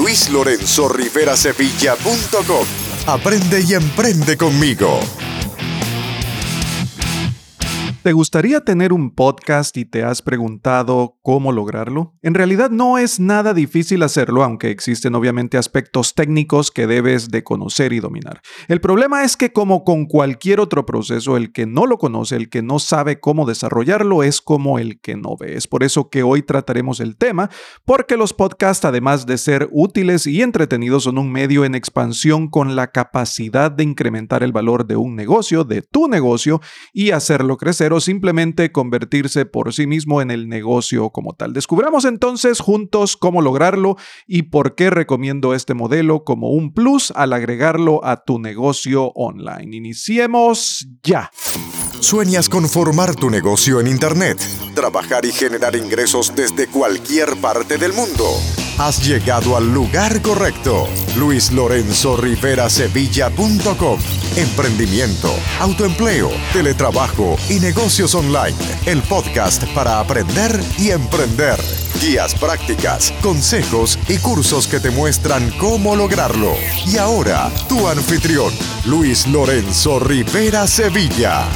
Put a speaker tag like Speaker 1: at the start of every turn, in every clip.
Speaker 1: luislorenzorriverasevilla.com. Aprende y emprende conmigo.
Speaker 2: ¿Te gustaría tener un podcast y te has preguntado cómo lograrlo? En realidad no es nada difícil hacerlo, aunque existen obviamente aspectos técnicos que debes de conocer y dominar. El problema es que, como con cualquier otro proceso, el que no lo conoce, el que no sabe cómo desarrollarlo, es como el que no ve. Es por eso que hoy trataremos el tema, porque los podcasts, además de ser útiles y entretenidos, son un medio en expansión con la capacidad de incrementar el valor de un negocio, de tu negocio, y hacerlo crecer o simplemente convertirse por sí mismo en el negocio como tal. Descubramos entonces juntos cómo lograrlo y por qué recomiendo este modelo como un plus al agregarlo a tu negocio online. Iniciemos ya.
Speaker 1: ¿Sueñas con formar tu negocio en Internet? Trabajar y generar ingresos desde cualquier parte del mundo. Has llegado al lugar correcto. luislorenzorriverasevilla.com. Emprendimiento, autoempleo, teletrabajo y negocios online. El podcast para aprender y emprender. Guías prácticas, consejos y cursos que te muestran cómo lograrlo. Y ahora, tu anfitrión, Luis Lorenzo Rivera Sevilla.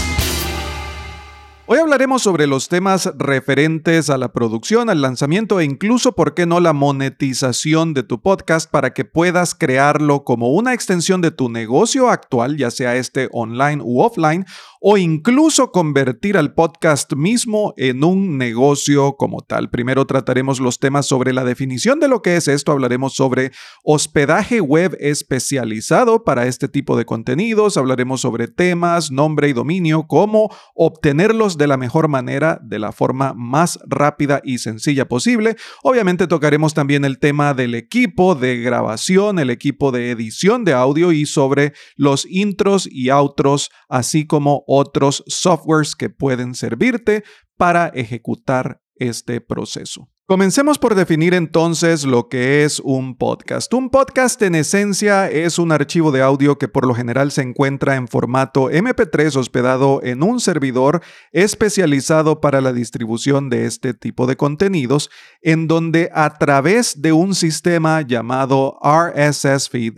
Speaker 2: Hoy hablaremos sobre los temas referentes a la producción, al lanzamiento e incluso, ¿por qué no?, la monetización de tu podcast para que puedas crearlo como una extensión de tu negocio actual, ya sea este online u offline, o incluso convertir al podcast mismo en un negocio como tal. Primero trataremos los temas sobre la definición de lo que es esto. Hablaremos sobre hospedaje web especializado para este tipo de contenidos. Hablaremos sobre temas, nombre y dominio, cómo obtenerlos de la mejor manera, de la forma más rápida y sencilla posible. Obviamente tocaremos también el tema del equipo de grabación, el equipo de edición de audio y sobre los intros y outros, así como otros softwares que pueden servirte para ejecutar este proceso. Comencemos por definir entonces lo que es un podcast. Un podcast en esencia es un archivo de audio que por lo general se encuentra en formato MP3 hospedado en un servidor especializado para la distribución de este tipo de contenidos, en donde a través de un sistema llamado RSS Feed,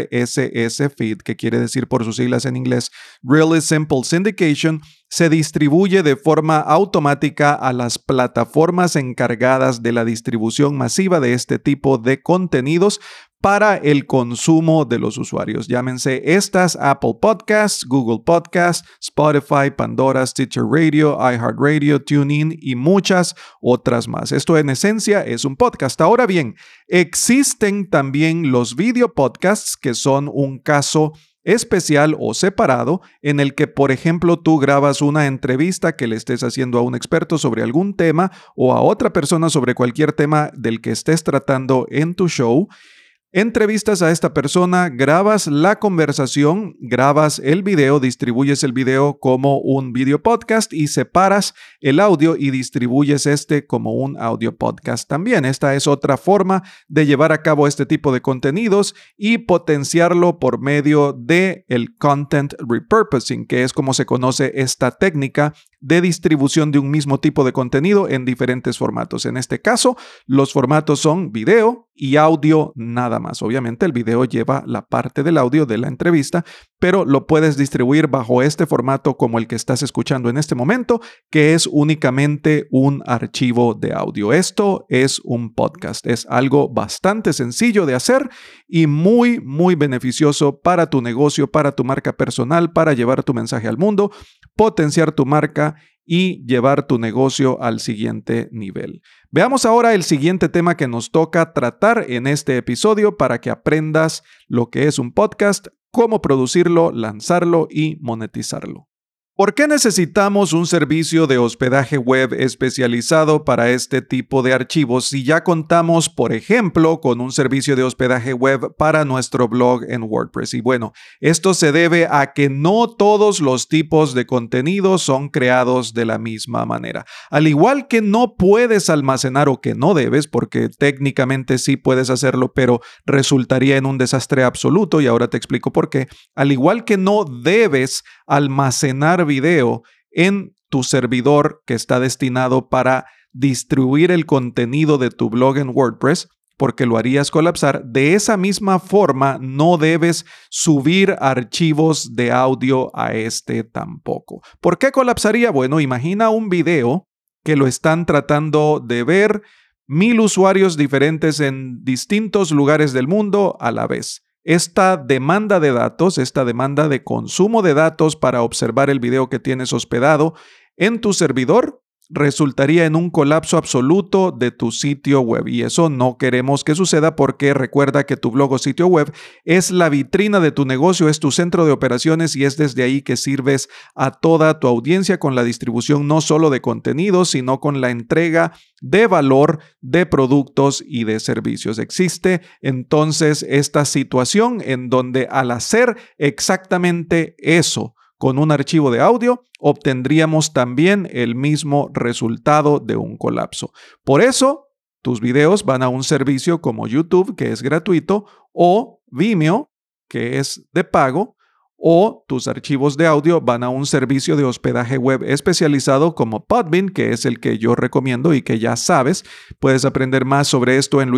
Speaker 2: que quiere decir por sus siglas en inglés Really Simple Syndication, se distribuye de forma automática a las plataformas encargadas de la distribución masiva de este tipo de contenidos para el consumo de los usuarios. Llámense estas Apple Podcasts, Google Podcasts, Spotify, Pandora, Stitcher Radio, iHeartRadio, TuneIn y muchas otras más. Esto en esencia es un podcast. Ahora bien, existen también los video podcasts, que son un caso especial o separado en el que, por ejemplo, tú grabas una entrevista que le estés haciendo a un experto sobre algún tema o a otra persona sobre cualquier tema del que estés tratando en tu show. Entrevistas a esta persona, grabas la conversación, grabas el video, distribuyes el video como un video podcast y separas el audio y distribuyes este como un audio podcast también. Esta es otra forma de llevar a cabo este tipo de contenidos y potenciarlo por medio de el content repurposing, que es como se conoce esta técnica de distribución de un mismo tipo de contenido en diferentes formatos. En este caso, los formatos son video y audio nada más. Obviamente el video lleva la parte del audio de la entrevista, pero lo puedes distribuir bajo este formato como el que estás escuchando en este momento, que es únicamente un archivo de audio. Esto es un podcast. Es algo bastante sencillo de hacer y muy, muy beneficioso para tu negocio, para tu marca personal, para llevar tu mensaje al mundo, potenciar tu marca y llevar tu negocio al siguiente nivel. Veamos ahora el siguiente tema que nos toca tratar en este episodio para que aprendas lo que es un podcast, cómo producirlo, lanzarlo y monetizarlo. ¿Por qué necesitamos un servicio de hospedaje web especializado para este tipo de archivos si ya contamos, por ejemplo, con un servicio de hospedaje web para nuestro blog en WordPress? Y bueno, esto se debe a que no todos los tipos de contenidos son creados de la misma manera. Al igual que no puedes almacenar o que no debes, porque técnicamente sí puedes hacerlo, pero resultaría en un desastre absoluto y ahora te explico por qué. Al igual que no debes almacenar video en tu servidor que está destinado para distribuir el contenido de tu blog en WordPress, porque lo harías colapsar. De esa misma forma, no debes subir archivos de audio a este tampoco. ¿Por qué colapsaría? Bueno, imagina un video que lo están tratando de ver 1000 usuarios diferentes en distintos lugares del mundo a la vez. Esta demanda de datos, esta demanda de consumo de datos para observar el video que tienes hospedado en tu servidor, resultaría en un colapso absoluto de tu sitio web. Y eso no queremos que suceda porque recuerda que tu blog o sitio web es la vitrina de tu negocio, es tu centro de operaciones y es desde ahí que sirves a toda tu audiencia con la distribución no solo de contenidos, sino con la entrega de valor de productos y de servicios. Existe entonces esta situación en donde al hacer exactamente eso, con un archivo de audio, obtendríamos también el mismo resultado de un colapso. Por eso, tus videos van a un servicio como YouTube, que es gratuito, o Vimeo, que es de pago, o tus archivos de audio van a un servicio de hospedaje web especializado como Podbean, que es el que yo recomiendo y que ya sabes. Puedes aprender más sobre esto en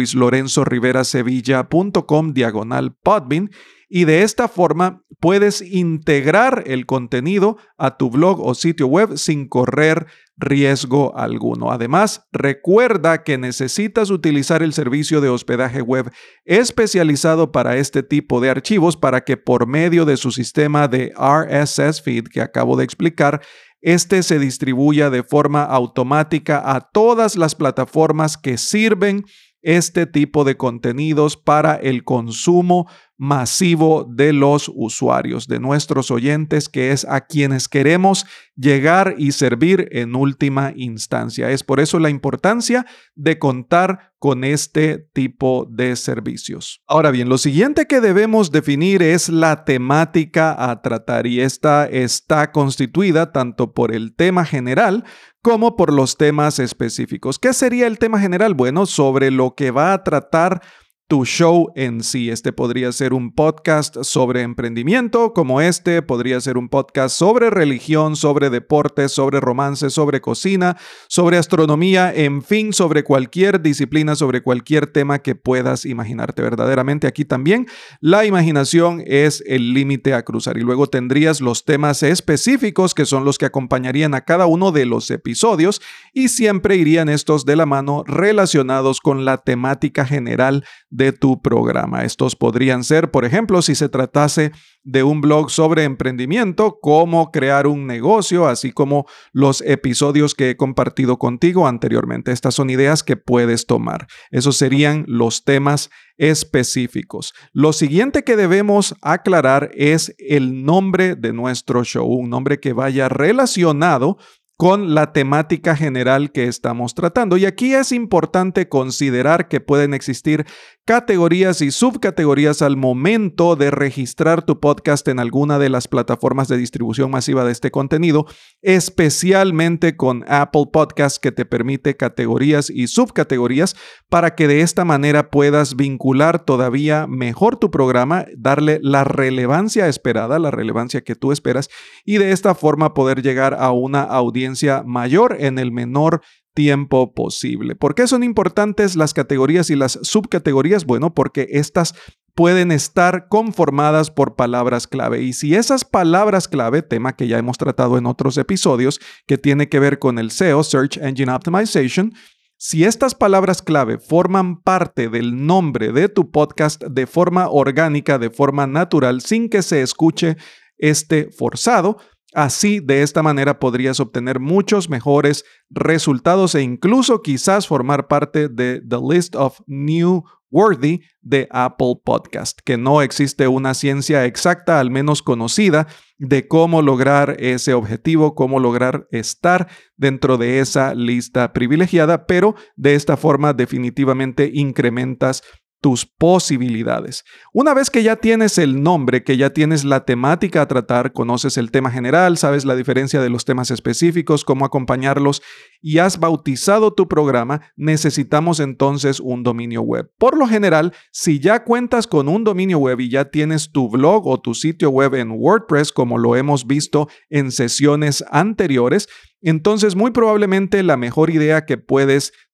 Speaker 2: luislorenzoriverasevilla.com/Podbean. Y de esta forma puedes integrar el contenido a tu blog o sitio web sin correr riesgo alguno. Además, recuerda que necesitas utilizar el servicio de hospedaje web especializado para este tipo de archivos para que por medio de su sistema de RSS feed que acabo de explicar, este se distribuya de forma automática a todas las plataformas que sirven este tipo de contenidos para el consumo masivo de los usuarios, de nuestros oyentes, que es a quienes queremos llegar y servir en última instancia. Es por eso la importancia de contar con este tipo de servicios. Ahora bien, lo siguiente que debemos definir es la temática a tratar y esta está constituida tanto por el tema general como por los temas específicos. ¿Qué sería el tema general? Bueno, sobre lo que va a tratar tu show en sí. Este podría ser un podcast sobre emprendimiento, como este podría ser un podcast sobre religión, sobre deportes, sobre romance, sobre cocina, sobre astronomía, en fin, sobre cualquier disciplina, sobre cualquier tema que puedas imaginarte. Verdaderamente aquí también la imaginación es el límite a cruzar. Y luego tendrías los temas específicos que son los que acompañarían a cada uno de los episodios y siempre irían estos de la mano relacionados con la temática general de tu programa. Estos podrían ser, por ejemplo, si se tratase de un blog sobre emprendimiento, cómo crear un negocio, así como los episodios que he compartido contigo anteriormente. Estas son ideas que puedes tomar. Esos serían los temas específicos. Lo siguiente que debemos aclarar es el nombre de nuestro show, un nombre que vaya relacionado con la temática general que estamos tratando. Y aquí es importante considerar que pueden existir categorías y subcategorías al momento de registrar tu podcast en alguna de las plataformas de distribución masiva de este contenido, especialmente con Apple Podcasts, que te permite categorías y subcategorías para que de esta manera puedas vincular todavía mejor tu programa, darle la relevancia esperada, la relevancia que tú esperas, y de esta forma poder llegar a una audiencia mayor en el menor tiempo posible. ¿Por qué son importantes las categorías y las subcategorías? Bueno, porque estas pueden estar conformadas por palabras clave. Y si esas palabras clave, tema que ya hemos tratado en otros episodios, que tiene que ver con el SEO, Search Engine Optimization, si estas palabras clave forman parte del nombre de tu podcast de forma orgánica, de forma natural, sin que se escuche forzado, así, de esta manera podrías obtener muchos mejores resultados e incluso quizás formar parte de The List of Newsworthy de Apple Podcast, que no existe una ciencia exacta, al menos conocida, de cómo lograr ese objetivo, cómo lograr estar dentro de esa lista privilegiada, pero de esta forma definitivamente incrementas tus posibilidades. Una vez que ya tienes el nombre, que ya tienes la temática a tratar, conoces el tema general, sabes la diferencia de los temas específicos, cómo acompañarlos y has bautizado tu programa, necesitamos entonces un dominio web. Por lo general, si ya cuentas con un dominio web y ya tienes tu blog o tu sitio web en WordPress, como lo hemos visto en sesiones anteriores, entonces muy probablemente la mejor idea que puedes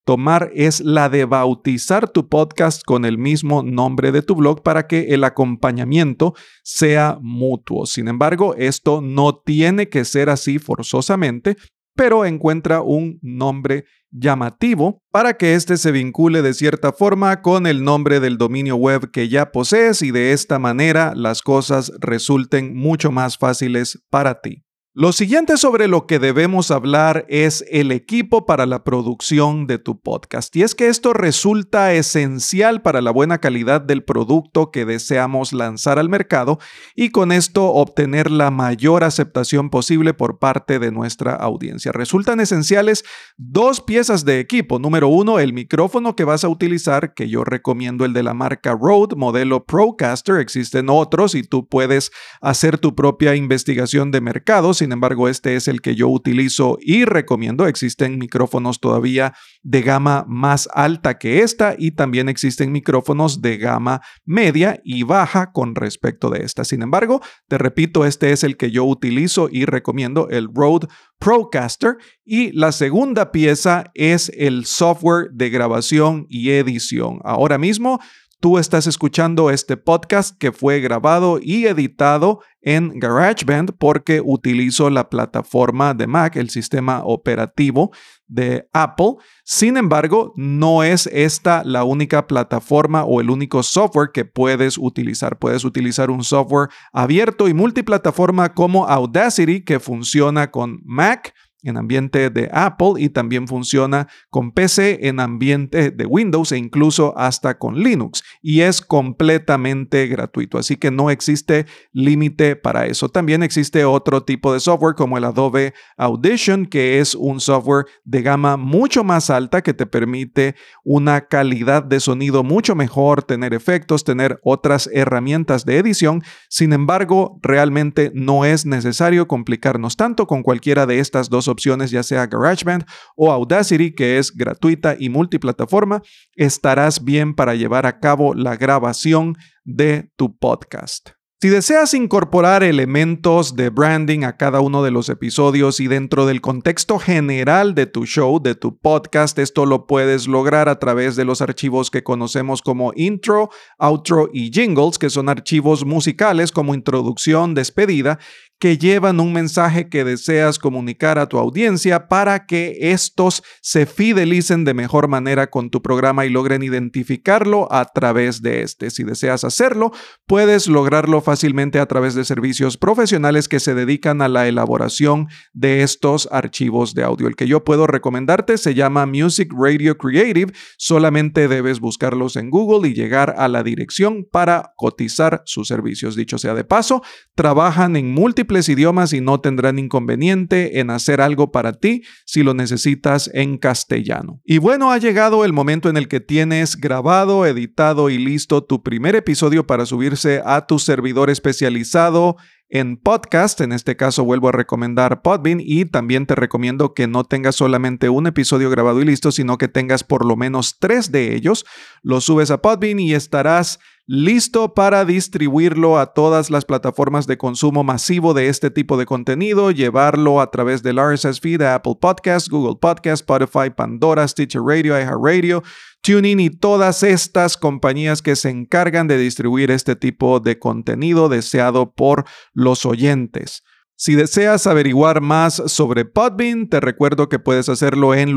Speaker 2: tomar es la de bautizar tu podcast con el mismo nombre de tu blog para que el acompañamiento sea mutuo. Sin embargo, esto no tiene que ser así forzosamente, pero encuentra un nombre llamativo para que éste se vincule de cierta forma con el nombre del dominio web que ya posees y de esta manera las cosas resulten mucho más fáciles para ti. Lo siguiente sobre lo que debemos hablar es el equipo para la producción de tu podcast. Y es que esto resulta esencial para la buena calidad del producto que deseamos lanzar al mercado y con esto obtener la mayor aceptación posible por parte de nuestra audiencia. Resultan esenciales 2 piezas de equipo. Número 1, el micrófono que vas a utilizar, que yo recomiendo el de la marca Rode, modelo Procaster. Existen otros y tú puedes hacer tu propia investigación de mercado. Sin embargo, este es el que yo utilizo y recomiendo. Existen micrófonos todavía de gama más alta que esta y también existen micrófonos de gama media y baja con respecto de esta. Sin embargo, te repito, este es el que yo utilizo y recomiendo, el Rode Procaster. Y la segunda pieza es el software de grabación y edición. Ahora mismo, tú estás escuchando este podcast que fue grabado y editado en GarageBand porque utilizo la plataforma de Mac, el sistema operativo de Apple. Sin embargo, no es esta la única plataforma o el único software que puedes utilizar. Puedes utilizar un software abierto y multiplataforma como Audacity, que funciona con Mac en ambiente de Apple y también funciona con PC en ambiente de Windows e incluso hasta con Linux y es completamente gratuito, así que no existe límite para eso. También existe otro tipo de software como el Adobe Audition, que es un software de gama mucho más alta que te permite una calidad de sonido mucho mejor, tener efectos, tener otras herramientas de edición. Sin embargo, realmente no es necesario complicarnos tanto con cualquiera de estas dos opciones, ya sea GarageBand o Audacity, que es gratuita y multiplataforma. Estarás bien para llevar a cabo la grabación de tu podcast. Si deseas incorporar elementos de branding a cada uno de los episodios y dentro del contexto general de tu show, de tu podcast, esto lo puedes lograr a través de los archivos que conocemos como intro, outro y jingles, que son archivos musicales como introducción, despedida, que llevan un mensaje que deseas comunicar a tu audiencia para que estos se fidelicen de mejor manera con tu programa y logren identificarlo a través de este. Si deseas hacerlo, puedes lograrlo fácilmente a través de servicios profesionales que se dedican a la elaboración de estos archivos de audio. El que yo puedo recomendarte se llama Music Radio Creative. Solamente debes buscarlos en Google y llegar a la dirección para cotizar sus servicios. Dicho sea de paso, trabajan en múltiples idiomas y no tendrán inconveniente en hacer algo para ti si lo necesitas en castellano. Y bueno, ha llegado el momento en el que tienes grabado, editado y listo tu primer episodio para subirse a tu servidor especializado en podcast. En este caso vuelvo a recomendar Podbean y también te recomiendo que no tengas solamente un episodio grabado y listo, sino que tengas por lo menos 3 de ellos. Lo subes a Podbean y estarás listo para distribuirlo a todas las plataformas de consumo masivo de este tipo de contenido, llevarlo a través del RSS feed a Apple Podcasts, Google Podcasts, Spotify, Pandora, Stitcher Radio, iHeartRadio, TuneIn y todas estas compañías que se encargan de distribuir este tipo de contenido deseado por los oyentes. Si deseas averiguar más sobre Podbean, te recuerdo que puedes hacerlo en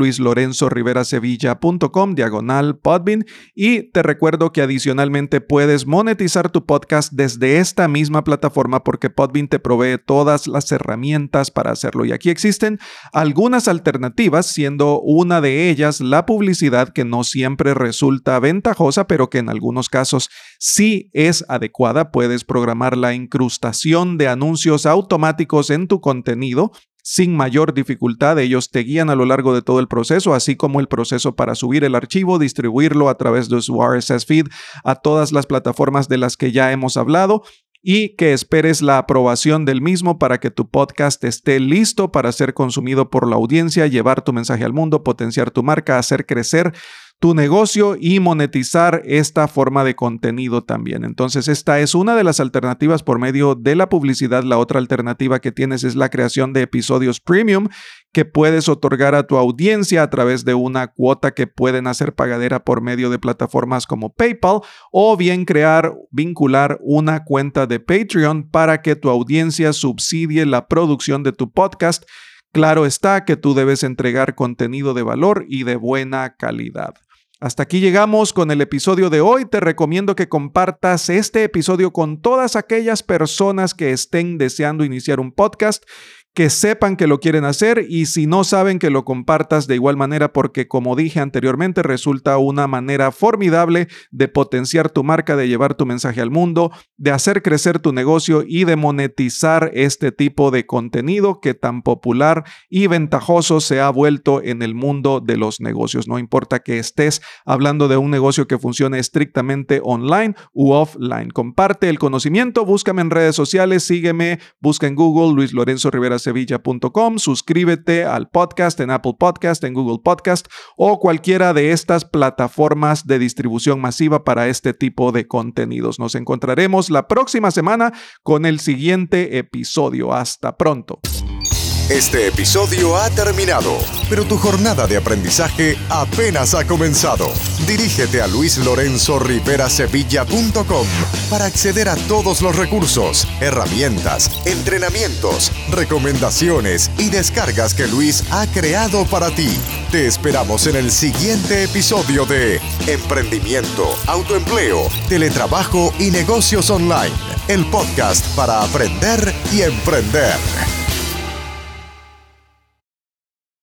Speaker 2: luislorenzoriverasevilla.com/Podbean y te recuerdo que adicionalmente puedes monetizar tu podcast desde esta misma plataforma porque Podbean te provee todas las herramientas para hacerlo. Y aquí existen algunas alternativas, siendo una de ellas la publicidad, que no siempre resulta ventajosa, pero que en algunos casos sí es adecuada. Puedes programar la incrustación de anuncios automáticos en tu contenido sin mayor dificultad. Ellos te guían a lo largo de todo el proceso, así como el proceso para subir el archivo, distribuirlo a través de su RSS feed a todas las plataformas de las que ya hemos hablado y que esperes la aprobación del mismo para que tu podcast esté listo para ser consumido por la audiencia, llevar tu mensaje al mundo, potenciar tu marca, hacer crecer tu negocio y monetizar esta forma de contenido también. Entonces, esta es una de las alternativas por medio de la publicidad. La otra alternativa que tienes es la creación de episodios premium que puedes otorgar a tu audiencia a través de una cuota que pueden hacer pagadera por medio de plataformas como PayPal, o bien vincular una cuenta de Patreon para que tu audiencia subsidie la producción de tu podcast. Claro está que tú debes entregar contenido de valor y de buena calidad. Hasta aquí llegamos con el episodio de hoy. Te recomiendo que compartas este episodio con todas aquellas personas que estén deseando iniciar un podcast, que sepan que lo quieren hacer, y si no saben, que lo compartas de igual manera, porque como dije anteriormente, resulta una manera formidable de potenciar tu marca, de llevar tu mensaje al mundo, de hacer crecer tu negocio y de monetizar este tipo de contenido que tan popular y ventajoso se ha vuelto en el mundo de los negocios. No importa que estés hablando de un negocio que funcione estrictamente online u offline. Comparte el conocimiento, búscame en redes sociales, sígueme, busca en Google luislorenzoriverasevilla.com, suscríbete al podcast en Apple Podcast, en Google Podcast o cualquiera de estas plataformas de distribución masiva para este tipo de contenidos. Nos encontraremos la próxima semana con el siguiente episodio. Hasta pronto.
Speaker 1: Este episodio ha terminado, pero tu jornada de aprendizaje apenas ha comenzado. Dirígete a luislorenzoriverasevilla.com para acceder a todos los recursos, herramientas, entrenamientos, recomendaciones y descargas que Luis ha creado para ti. Te esperamos en el siguiente episodio de Emprendimiento, Autoempleo, Teletrabajo y Negocios Online, el podcast para aprender y emprender.